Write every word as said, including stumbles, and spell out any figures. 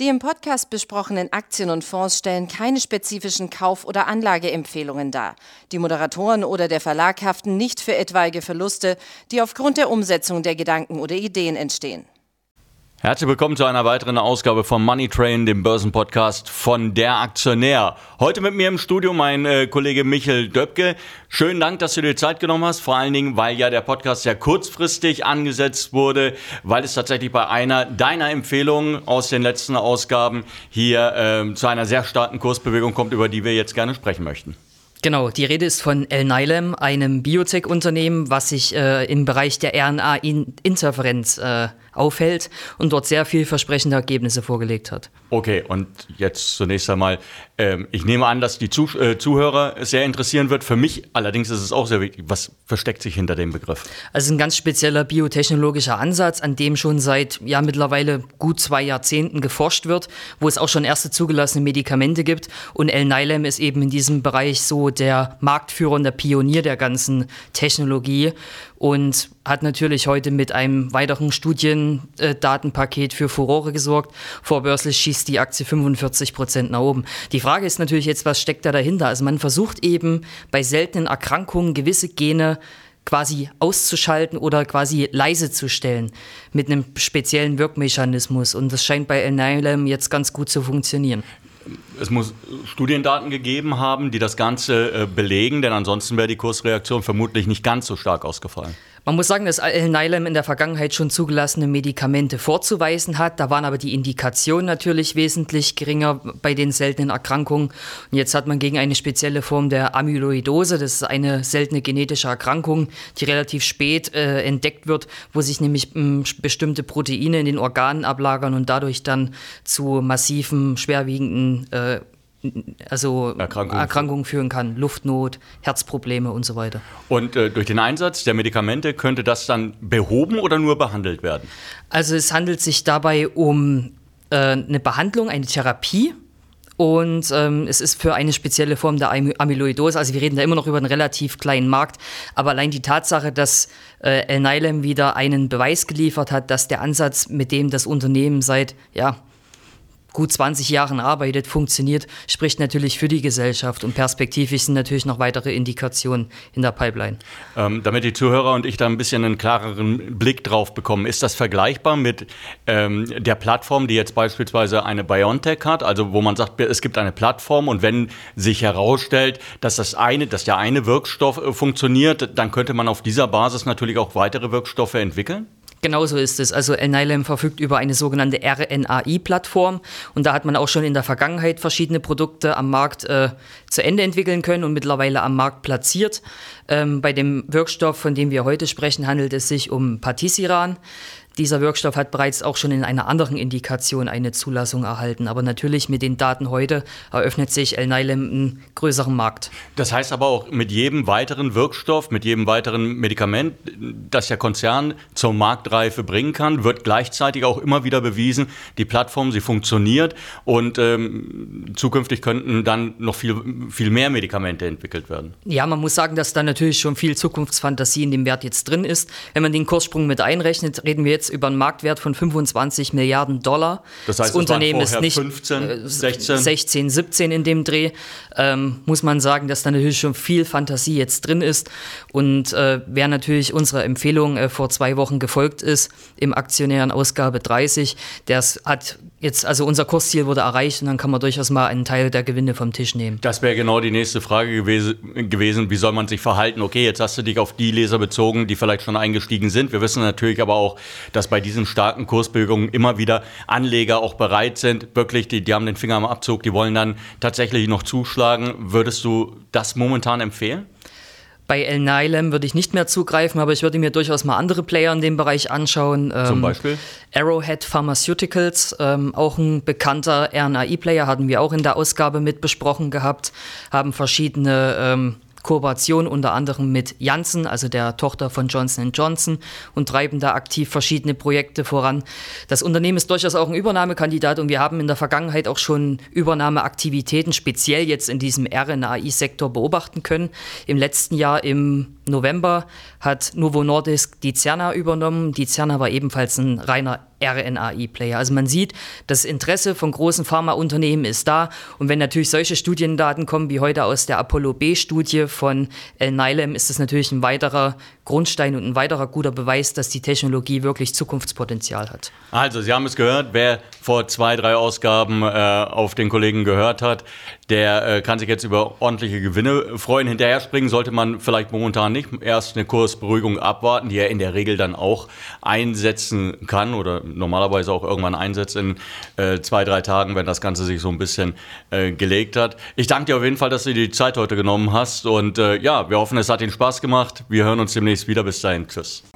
Die im Podcast besprochenen Aktien und Fonds stellen keine spezifischen Kauf- oder Anlageempfehlungen dar. Die Moderatoren oder der Verlag haften nicht für etwaige Verluste, die aufgrund der Umsetzung der Gedanken oder Ideen entstehen. Herzlich willkommen zu einer weiteren Ausgabe von Money Train, dem Börsenpodcast von Der Aktionär. Heute mit mir im Studio mein äh, Kollege Michael Döpke. Schönen Dank, dass du dir Zeit genommen hast, vor allen Dingen, weil ja der Podcast sehr kurzfristig angesetzt wurde, weil es tatsächlich bei einer deiner Empfehlungen aus den letzten Ausgaben hier äh, zu einer sehr starken Kursbewegung kommt, über die wir jetzt gerne sprechen möchten. Genau, die Rede ist von Alnylam, einem Biotech-Unternehmen, was sich äh, im Bereich der R N A-Interferenz äh, aufhält und dort sehr vielversprechende Ergebnisse vorgelegt hat. Okay, und jetzt zunächst einmal, ähm, ich nehme an, dass die Zuh- äh, Zuhörer es sehr interessieren wird. Für mich allerdings ist es auch sehr wichtig, was versteckt sich hinter dem Begriff? Also ein ganz spezieller biotechnologischer Ansatz, an dem schon seit ja mittlerweile gut zwei Jahrzehnten geforscht wird, wo es auch schon erste zugelassene Medikamente gibt. Und Alnylam ist eben in diesem Bereich so der Marktführer und der Pionier der ganzen Technologie und hat natürlich heute mit einem weiteren Studiendatenpaket für Furore gesorgt. Vorbörslich schießt die Aktie fünfundvierzig Prozent nach oben. Die Frage ist natürlich jetzt, was steckt da dahinter? Also man versucht eben bei seltenen Erkrankungen gewisse Gene quasi auszuschalten oder quasi leise zu stellen mit einem speziellen Wirkmechanismus. Und das scheint bei Alnylam jetzt ganz gut zu funktionieren. Es muss Studiendaten gegeben haben, die das Ganze äh, belegen, denn ansonsten wäre die Kursreaktion vermutlich nicht ganz so stark ausgefallen. Man muss sagen, dass Alnylam in der Vergangenheit schon zugelassene Medikamente vorzuweisen hat. Da waren aber die Indikationen natürlich wesentlich geringer bei den seltenen Erkrankungen. Und jetzt hat man gegen eine spezielle Form der Amyloidose, das ist eine seltene genetische Erkrankung, die relativ spät äh, entdeckt wird, wo sich nämlich mh, bestimmte Proteine in den Organen ablagern und dadurch dann zu massiven, schwerwiegenden äh, also Erkrankungen. Erkrankungen führen kann, Luftnot, Herzprobleme und so weiter. Und äh, durch den Einsatz der Medikamente könnte das dann behoben oder nur behandelt werden? Also es handelt sich dabei um äh, eine Behandlung, eine Therapie. Und ähm, es ist für eine spezielle Form der Amyloidose, also wir reden da immer noch über einen relativ kleinen Markt, aber allein die Tatsache, dass äh, Alnylam wieder einen Beweis geliefert hat, dass der Ansatz, mit dem das Unternehmen seit, ja, gut zwanzig Jahren arbeitet, funktioniert, spricht natürlich für die Gesellschaft und perspektivisch sind natürlich noch weitere Indikationen in der Pipeline. Ähm, damit die Zuhörer und ich da ein bisschen einen klareren Blick drauf bekommen, ist das vergleichbar mit ähm, der Plattform, die jetzt beispielsweise eine BioNTech hat, also wo man sagt, es gibt eine Plattform und wenn sich herausstellt, dass das eine, dass der eine Wirkstoff äh, funktioniert, dann könnte man auf dieser Basis natürlich auch weitere Wirkstoffe entwickeln? Genauso ist es. Also Alnylam verfügt über eine sogenannte R N A I-Plattform und da hat man auch schon in der Vergangenheit verschiedene Produkte am Markt äh, zu Ende entwickeln können und mittlerweile am Markt platziert. Ähm, bei dem Wirkstoff, von dem wir heute sprechen, handelt es sich um Patisiran. Dieser Wirkstoff hat bereits auch schon in einer anderen Indikation eine Zulassung erhalten. Aber natürlich mit den Daten heute eröffnet sich Alnylam einen größeren Markt. Das heißt aber auch mit jedem weiteren Wirkstoff, mit jedem weiteren Medikament, das der Konzern zur Marktreife bringen kann, wird gleichzeitig auch immer wieder bewiesen, die Plattform, sie funktioniert und ähm, zukünftig könnten dann noch viel, viel mehr Medikamente entwickelt werden. Ja, man muss sagen, dass da natürlich schon viel Zukunftsfantasie in dem Wert jetzt drin ist. Wenn man den Kurssprung mit einrechnet, reden wir jetzt über einen Marktwert von fünfundzwanzig Milliarden Dollar. Das heißt, das Unternehmen ist nicht fünfzehn, sechzehn sechzehn, siebzehn in dem Dreh. Ähm, muss man sagen, dass da natürlich schon viel Fantasie jetzt drin ist. Und äh, wer natürlich unserer Empfehlung äh, vor zwei Wochen gefolgt ist, im Aktionären Ausgabe dreißig, der hat jetzt, also unser Kursziel wurde erreicht und dann kann man durchaus mal einen Teil der Gewinne vom Tisch nehmen. Das wäre genau die nächste Frage gewesen, gewesen, wie soll man sich verhalten? Okay, jetzt hast du dich auf die Leser bezogen, die vielleicht schon eingestiegen sind. Wir wissen natürlich aber auch, dass bei diesen starken Kursbewegungen immer wieder Anleger auch bereit sind, wirklich, die, die haben den Finger am Abzug, die wollen dann tatsächlich noch zuschlagen. Würdest du das momentan empfehlen? Bei Alnylam würde ich nicht mehr zugreifen, aber ich würde mir durchaus mal andere Player in dem Bereich anschauen. Zum Beispiel? Arrowhead Pharmaceuticals, ähm, auch ein bekannter R N A I-Player, hatten wir auch in der Ausgabe mit besprochen gehabt, haben verschiedene ähm, Kooperation unter anderem mit Janssen, also der Tochter von Johnson and Johnson, und treiben da aktiv verschiedene Projekte voran. Das Unternehmen ist durchaus auch ein Übernahmekandidat und wir haben in der Vergangenheit auch schon Übernahmeaktivitäten speziell jetzt in diesem R N A I-Sektor beobachten können. Im letzten Jahr im November hat Novo Nordisk die Dicerna übernommen. Die Dicerna war ebenfalls ein reiner R N A I-Player. Also man sieht, das Interesse von großen Pharmaunternehmen ist da. Und wenn natürlich solche Studiendaten kommen, wie heute aus der Apollo-B-Studie von Alnylam, ist das natürlich ein weiterer Grundstein und ein weiterer guter Beweis, dass die Technologie wirklich Zukunftspotenzial hat. Also, Sie haben es gehört, wer vor zwei, drei Ausgaben äh, auf den Kollegen gehört hat, der äh, kann sich jetzt über ordentliche Gewinne freuen. Hinterher springen sollte man vielleicht momentan nicht. Erst eine Kursberuhigung abwarten, die er in der Regel dann auch einsetzen kann oder normalerweise auch irgendwann einsetzt in äh, zwei, drei Tagen, wenn das Ganze sich so ein bisschen äh, gelegt hat. Ich danke dir auf jeden Fall, dass du dir die Zeit heute genommen hast und äh, ja, wir hoffen, es hat Ihnen Spaß gemacht. Wir hören uns demnächst wieder. Bis dahin. Tschüss.